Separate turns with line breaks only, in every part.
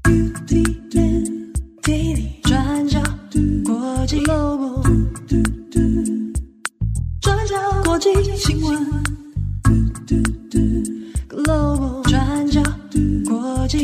转角国际 Global， 转角国际新闻 Global， 转角国际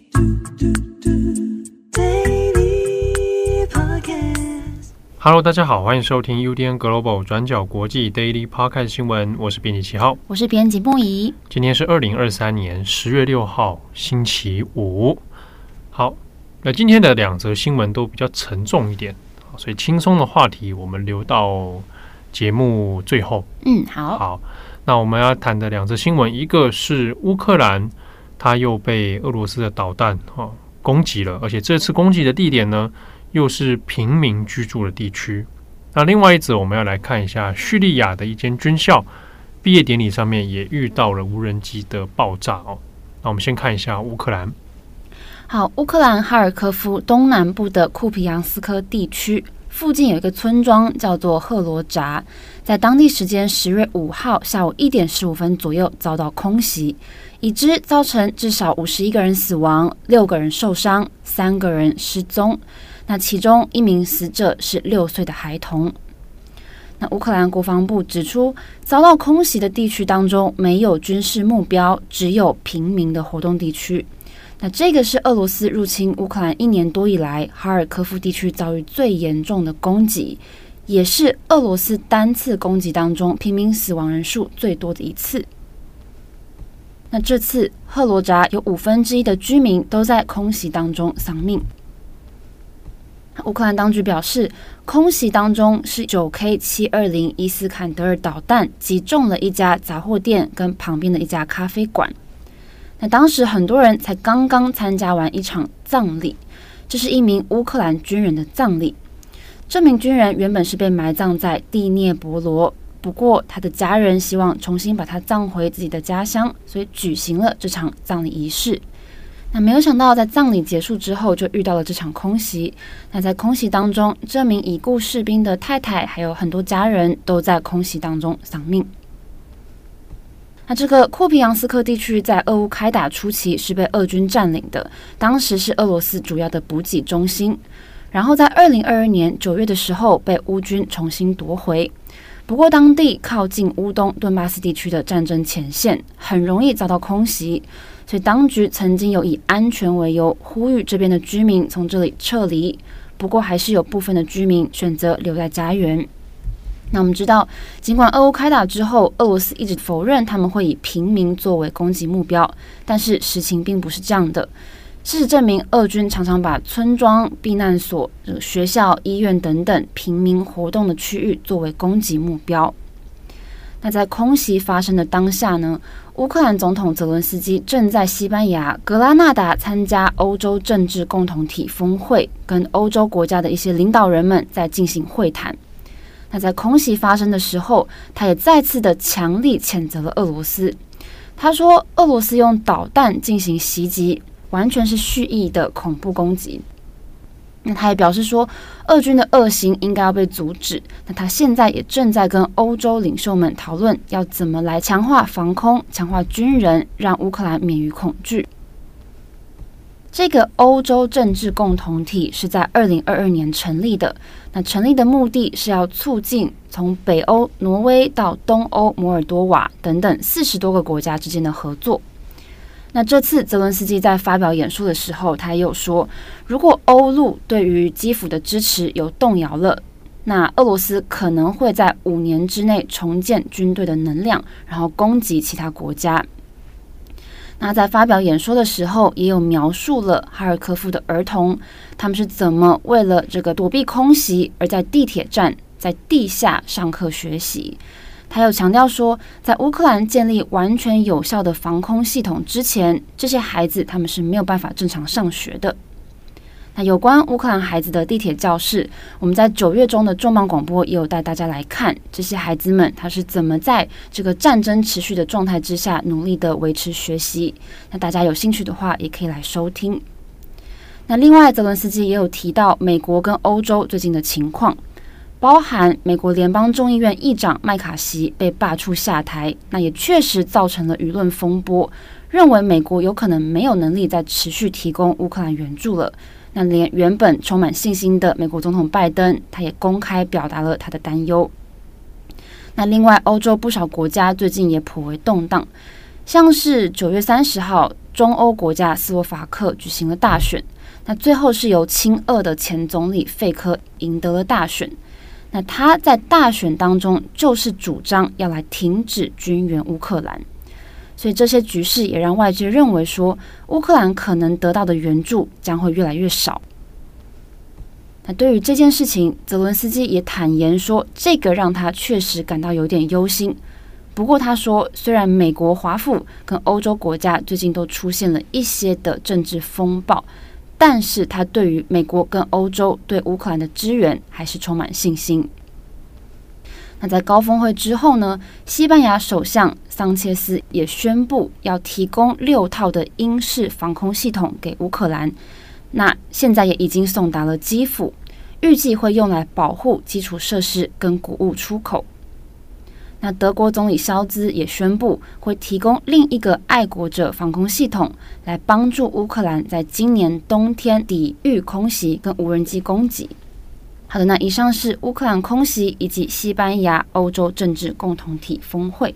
Daily Podcast。Hello，
大家好，欢迎收听 UDN Global 转角国际 Daily Podcast 新闻，我是编辑7号，
我是编辑梦怡。
今天是2023年10月6号，星期五。好，那今天的两则新闻都比较沉重一点，所以轻松的话题我们留到节目最后。
好。
那我们要谈的两则新闻，一个是乌克兰，它又被俄罗斯的导弹攻击了，而且这次攻击的地点呢，又是平民居住的地区。那另外一则我们要来看一下叙利亚的一间军校毕业典礼上面也遇到了无人机的爆炸哦。那我们先看一下乌克兰。
好，乌克兰哈尔科夫东南部的库皮扬斯克地区附近有一个村庄叫做赫罗扎，在当地时间10月5号下午1点15分左右遭到空袭，已知造成至少51个人死亡，6个人受伤，3个人失踪。那其中一名死者是6岁的孩童。那乌克兰国防部指出，遭到空袭的地区当中没有军事目标，只有平民的活动地区。那这个是俄罗斯入侵乌克兰1年多以来，哈尔科夫地区遭遇最严重的攻击，也是俄罗斯单次攻击当中平民死亡人数最多的一次。那这次赫罗扎有1/5的居民都在空袭当中丧命。乌克兰当局表示，空袭当中是 9K720 伊斯坎德尔导弹击中了一家杂货店跟旁边的一家咖啡馆。那当时很多人才刚刚参加完一场葬礼，这是一名乌克兰军人的葬礼。这名军人原本是被埋葬在第聂伯罗，不过他的家人希望重新把他葬回自己的家乡，所以举行了这场葬礼仪式。那没有想到在葬礼结束之后就遇到了这场空袭。那在空袭当中，这名已故士兵的太太还有很多家人都在空袭当中丧命。那这个库皮扬斯克地区在俄乌开打初期是被俄军占领的，当时是俄罗斯主要的补给中心，然后在2022年9月的时候被乌军重新夺回。不过当地靠近乌东顿巴斯地区的战争前线，很容易遭到空袭，所以当局曾经有以安全为由呼吁这边的居民从这里撤离，不过还是有部分的居民选择留在家园。那我们知道，尽管俄乌开打之后，俄罗斯一直否认他们会以平民作为攻击目标，但是实情并不是这样的。事实证明，俄军常常把村庄、避难所、学校、医院等等平民活动的区域作为攻击目标。那在空袭发生的当下呢，乌克兰总统泽伦斯基正在西班牙格拉纳达参加欧洲政治共同体峰会，跟欧洲国家的一些领导人们在进行会谈。那在空袭发生的时候，他也再次的强力谴责了俄罗斯。他说，俄罗斯用导弹进行袭击，完全是蓄意的恐怖攻击。那他也表示说，俄军的恶行应该要被阻止。那他现在也正在跟欧洲领袖们讨论，要怎么来强化防空、强化军人，让乌克兰免于恐惧。这个欧洲政治共同体是在2022年成立的。那成立的目的是要促进从北欧挪威到东欧摩尔多瓦等等40多个国家之间的合作。那这次泽伦斯基在发表演说的时候，他也有说，如果欧陆对于基辅的支持有动摇了，那俄罗斯可能会在5年之内重建军队的能量，然后攻击其他国家。那在发表演说的时候，也有描述了哈尔科夫的儿童，他们是怎么为了这个躲避空袭而在地铁站、在地下上课学习。他有强调说，在乌克兰建立完全有效的防空系统之前，这些孩子他们是没有办法正常上学的。那有关乌克兰孩子的地铁教室，我们在9月中的重磅广播也有带大家来看这些孩子们他是怎么在这个战争持续的状态之下努力的维持学习。那大家有兴趣的话也可以来收听。那另外泽伦斯基也有提到美国跟欧洲最近的情况。 包含美国联邦众议院议长麦卡锡被罢黜下台，那也确实造成了舆论风波，认为美国有可能没有能力再持续提供乌克兰援助了。那连原本充满信心的美国总统拜登，他也公开表达了他的担忧。那另外，欧洲不少国家最近也颇为动荡，像是9月30号，中欧国家斯洛伐克举行了大选，那最后是由亲俄的前总理费科赢得了大选。那他在大选当中就是主张要来停止军援乌克兰，所以这些局势也让外界认为说，乌克兰可能得到的援助将会越来越少。那对于这件事情，泽伦斯基也坦言说，这个让他确实感到有点忧心。不过他说，虽然美国、华府跟欧洲国家最近都出现了一些的政治风暴，但是他对于美国跟欧洲对乌克兰的支援还是充满信心。那在高峰会之后呢，西班牙首相桑切斯也宣布要提供6套的英式防空系统给乌克兰，那现在也已经送达了基辅，预计会用来保护基础设施跟谷物出口。那德国总理肖兹也宣布会提供另一个爱国者防空系统，来帮助乌克兰在今年冬天抵御空袭跟无人机攻击。好的，那以上是乌克兰空袭以及西班牙欧洲政治共同体峰会。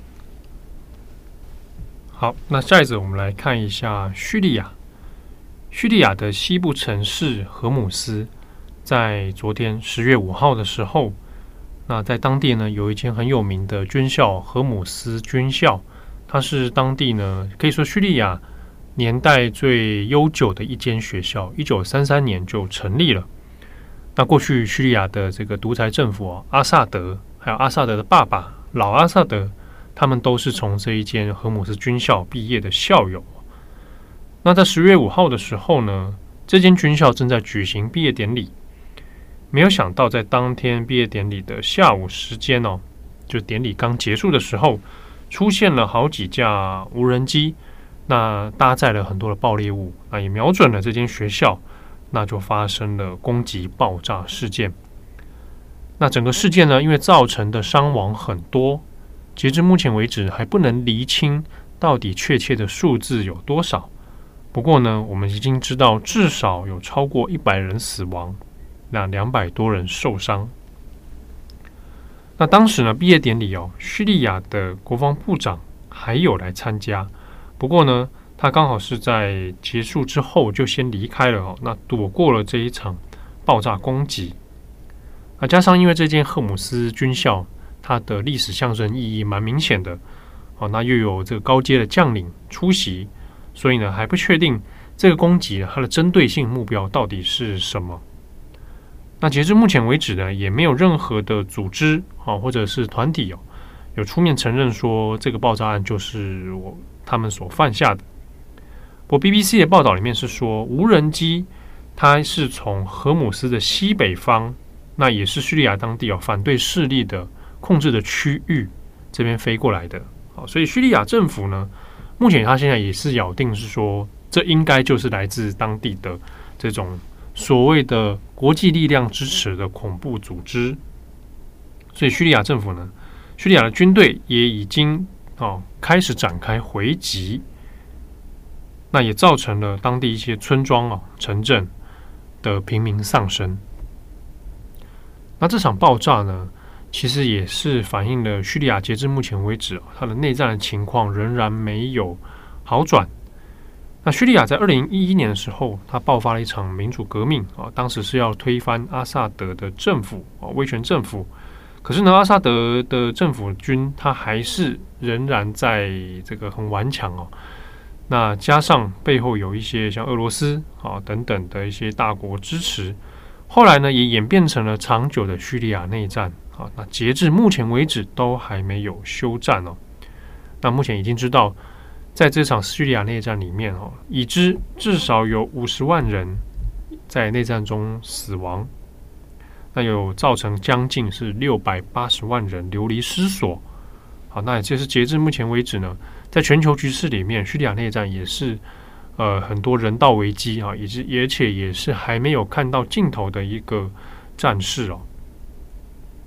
好，那下一则我们来看一下叙利亚。叙利亚的西部城市荷姆斯，在昨天10月5号的时候，那在当地呢，有一间很有名的军校——荷姆斯军校，它是当地呢可以说叙利亚年代最悠久的一间学校，1933年就成立了。那过去叙利亚的这个独裁政府阿萨德，还有阿萨德的爸爸老阿萨德，他们都是从这一间荷姆斯军校毕业的校友。那在10月5号的时候呢，这间军校正在举行毕业典礼。没有想到，在当天毕业典礼的下午时间就典礼刚结束的时候，出现了好几架无人机，那搭载了很多的爆裂物，那也瞄准了这间学校，那就发生了攻击爆炸事件。那整个事件呢，因为造成的伤亡很多，截至目前为止还不能厘清到底确切的数字有多少。不过呢，我们已经知道至少有超过100人死亡。那200多人受伤。那当时呢，毕业典礼叙利亚的国防部长还有来参加，不过呢，他刚好是在结束之后就先离开了那躲过了这一场爆炸攻击。那加上因为这间荷姆斯军校，它的历史象征意义蛮明显的那又有这个高阶的将领出席，所以呢，还不确定这个攻击它的针对性目标到底是什么。那截至目前为止呢，也没有任何的组织或者是团体有出面承认说这个爆炸案就是他们所犯下的。不过 BBC 的报道里面是说，无人机它是从荷姆斯的西北方，那也是叙利亚当地反对势力的控制的区域这边飞过来的。所以叙利亚政府呢，目前他现在也是咬定是说，这应该就是来自当地的这种所谓的国际力量支持的恐怖组织。所以叙利亚政府呢，叙利亚的军队也已经开始展开回击，那也造成了当地一些村庄城镇的平民丧生。那这场爆炸呢，其实也是反映了叙利亚截至目前为止它的内战的情况仍然没有好转。那叙利亚在2011年的时候，它爆发了一场民主革命当时是要推翻阿萨德的政府威权政府。可是呢，阿萨德的政府军它还是仍然在这个很顽强那加上背后有一些像俄罗斯等等的一些大国支持，后来呢也演变成了长久的叙利亚内战那截至目前为止都还没有休战那目前已经知道，在这场叙利亚内战里面已知至少有50万人在内战中死亡，那有造成将近是680万人流离失所。好，那也就是截至目前为止呢，在全球局势里面，叙利亚内战也是很多人道危机而且也是还没有看到尽头的一个战事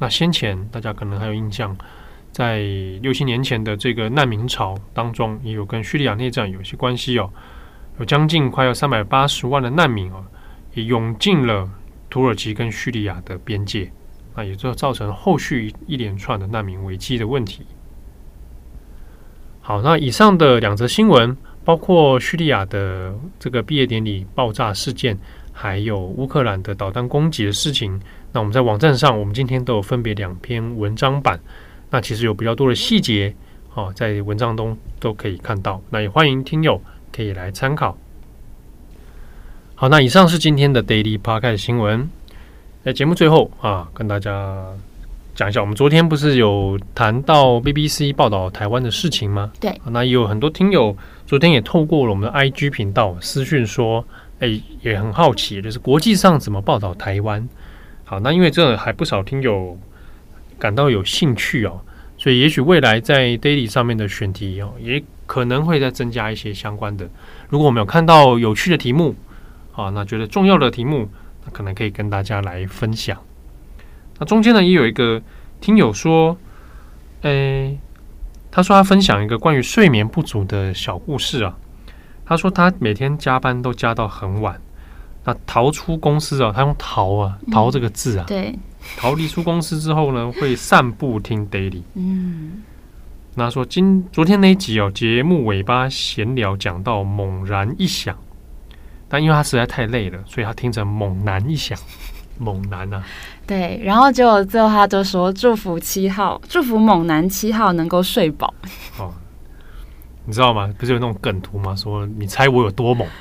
那先前大家可能还有印象，在6-7年前的这个难民潮当中，也有跟叙利亚内战有些关系哦。有将近快要380万的难民哦，也涌进了土耳其跟叙利亚的边界，那也就造成后续一连串的难民危机的问题。好，那以上的2则新闻，包括叙利亚的这个毕业典礼爆炸事件，还有乌克兰的导弹攻击的事情，那我们在网站上，我们今天都有分别2篇文章版，那其实有比较多的细节哦，在文章中都可以看到，那也欢迎听友可以来参考。好，那以上是今天的 Daily Podcast 新闻。在节目最后跟大家讲一下，我们昨天不是有谈到 BBC 报道台湾的事情吗？
对，
那也有很多听友昨天也透过了我们的 IG 频道私讯说，也很好奇，就是国际上怎么报道台湾。好，那因为这还不少听友感到有兴趣哦，所以也许未来在 Daily 上面的选题哦，也可能会再增加一些相关的。如果我们有看到有趣的题目，那觉得重要的题目，那可能可以跟大家来分享。那中间呢，也有一个听友说，他说他分享一个关于睡眠不足的小故事啊。他说他每天加班都加到很晚，那逃出公司啊，他用逃啊，逃这个字啊，
对，
逃离出公司之后呢，会散步听 Daily。那他说昨天那一集哦，节目尾巴闲聊讲到猛然一响，但因为他实在太累了，所以他听成猛然一响，猛男啊。
对，然后结果最后他就说祝福猛男7号能够睡饱。
你知道吗？不是有那种梗图吗？说你猜我有多猛？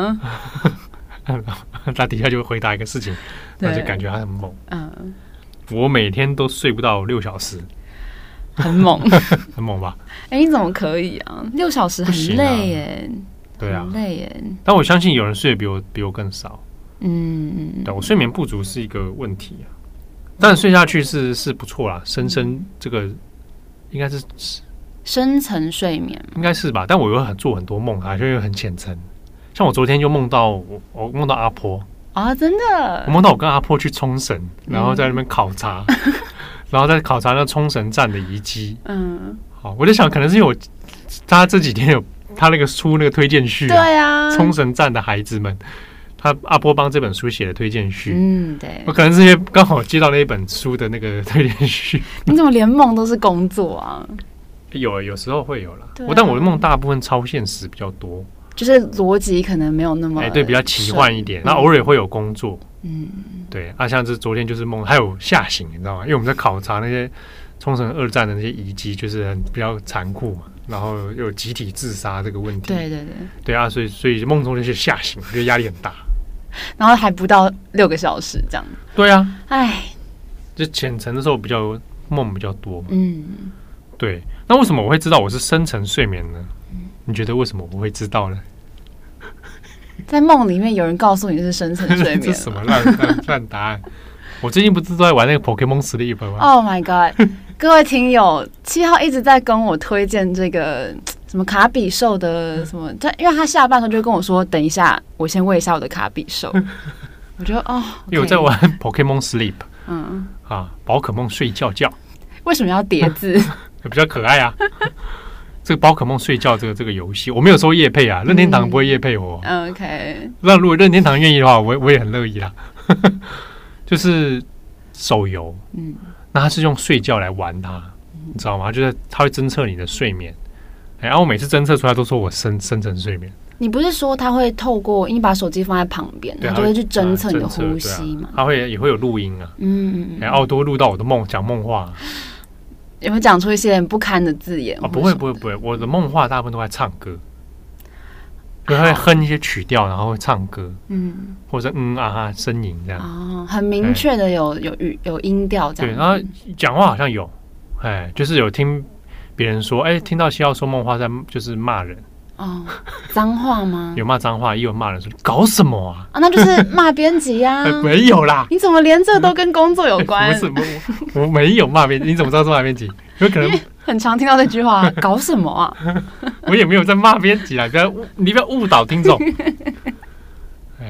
他底下就会回答一个事情，那就感觉他很猛。我每天都睡不到6小时。
很猛，
很猛吧？
你怎么可以啊？6小时很累耶，
对啊，
很累耶。
但我相信有人睡得比我更少。对，我睡眠不足是一个问题啊，但睡下去是不错啦，这个应该是
深层睡眠，
应该是吧？但我有做很多梦啊，就很浅层。像我昨天就梦到我梦到阿婆
啊，真的，
我梦到我跟阿婆去冲绳，然后在那边考察。然后再考察那冲绳站的遗迹。好，我就想可能是因为他这几天有他那个出那个推荐序，
对啊，
冲绳站的孩子们，他阿波帮这本书写的推荐序。
对，
我可能是因为刚好接到那一本书的那个推荐序。
你怎么连梦都是工作啊？
有时候会有啦，但我的梦大部分超现实比较多，
就是逻辑可能没有那么
对，比较奇幻一点。那偶尔也会有工作。对像是昨天就是梦，还有吓醒，你知道吗？因为我们在考察那些冲绳2战的那些遗迹，就是比较残酷嘛，然后又有集体自杀这个问题。对啊，所以梦中就是吓醒，觉得压力很大，
然后还不到6个小时这样。
对啊，就浅层的时候梦比较多嘛。对，那为什么我会知道我是深层睡眠呢？你觉得为什么我会知道呢？
在梦里面有人告诉你是深层睡眠。
这什么烂答案？我最近不是都在玩那个 Pokemon Sleep 吗
？Oh my god！ 各位听友，7号一直在跟我推荐这个什么卡比兽的什么，因为他下班的时候就跟我说，等一下我先喂一下我的卡比兽。我觉得
因为我在玩 Pokemon Sleep， 宝可梦睡觉觉。
为什么要叠字？
比较可爱啊。这个宝可梦睡觉这个游戏，我没有收业配啊，任天堂不会业配我。
OK，
那如果任天堂愿意的话，我也很乐意啦。就是手游，那它是用睡觉来玩它，你知道吗？就是它会侦测你的睡眠，然后我每次侦测出来都说我深层睡眠。你
不是说它会透过你把手机放在旁边，它就会去侦测你的呼吸吗？
它也会有录音啊，然后都会录到我的讲梦话。
有没有讲出一些很不堪的字眼？
不会，我的梦话大部分都在唱歌，就会哼一些曲调，然后会唱歌，或者呻吟这样。很
明确的有音调这样。
对，然后讲话好像有，就是有听别人说，听到7号说梦话就是骂人。
脏话吗？
有骂脏话，也有骂人说搞什么啊？
那就是骂编辑啊。
没有啦，
你怎么连这都跟工作有关？
不是，我没有骂编辑，你怎么知道是骂编辑？有可能
很常听到这句话，搞什么啊？
我也没有在骂编辑啦，你不要误导听众。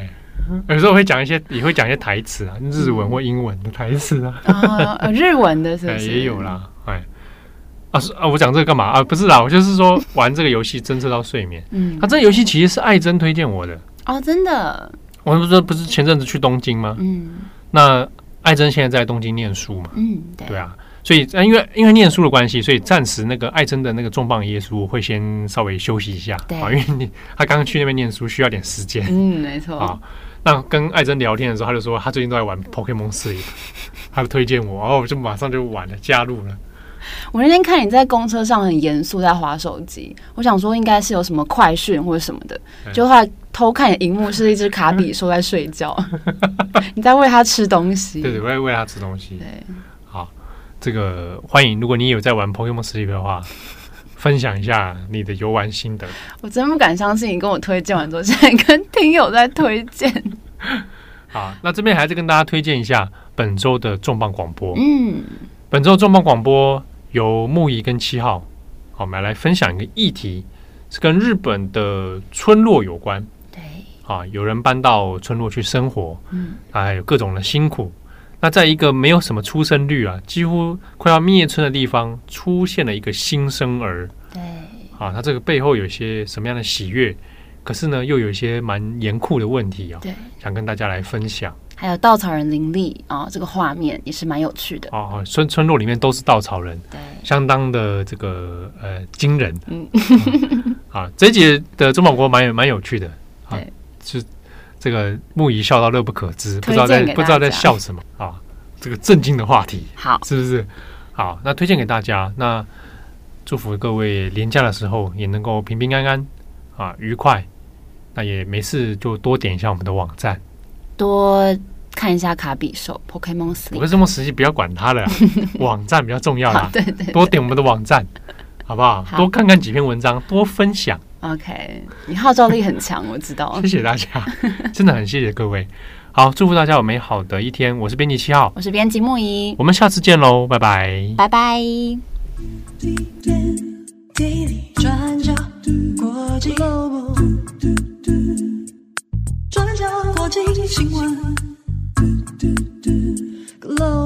有时候会讲一些，也会讲一些台词啊，日文或英文的台词啊。
日文的是不是？
也有啦，我讲这个干嘛啊？不是啦，我就是说玩这个游戏侦测到睡眠。这个游戏其实是艾珍推荐我的
哦，真的。
我们不是前阵子去东京吗？那艾珍现在在东京念书嘛？对啊。所以因为念书的关系，所以暂时那个艾珍的那个重磅耶稣会先稍微休息一下啊，因为他刚刚去那边念书需要点时间。
没错
啊。那跟艾珍聊天的时候，他就说他最近都在玩 Pokémon Sleep， 他就推荐我，然后我就马上就玩了，加入了。
我那天看你在公车上很严肃在滑手机，我想说应该是有什么快讯或者什么的，就后来偷看荧幕是一只卡比兽在睡觉，你在喂它吃东西。
对，我在喂它吃东西。
对，
好，这个欢迎，如果你有在玩 Pokémon Sleep 的话，分享一下你的游玩心得。
我真不敢相信你跟我推荐完之后，现在跟听友在推荐。
好，那这边还是跟大家推荐一下本周的重磅广播。本周重磅广播由木仪跟7号，我们来分享一个议题，是跟日本的村落有关。
对，
有人搬到村落去生活，还有各种的辛苦。那在一个没有什么出生率几乎快要灭村的地方，出现了一个新生儿。
对，
它这个背后有些什么样的喜悦？可是呢，又有一些蛮严酷的问题
对，
想跟大家来分享。
还有稻草人林立这个画面也是蛮有趣的
村落里面都是稻草人，
对，
相当的这个惊人。这一节的中广国蛮有趣的，是这个木仪笑到乐不可支，不知道在笑什么这个震惊的话题，
好，
是不是？好，那推荐给大家，那祝福各位连假的时候也能够平平安安愉快。那也没事就多点一下我们的网站，
多看一下卡比兽 Pokémon Sleep。
我这么实际，不要管它了，网站比较重要啦。
对，
多点我们的网站，好不好？多看看几篇文章，多分享。
OK， 你号召力很强，我知道。
谢谢大家，真的很谢谢各位。好，祝福大家有美好的一天。我是编辑7号，
我是编辑木仪，
我们下次见喽，拜拜，
拜拜。
转角国际 Global， 转角国际新闻 Global。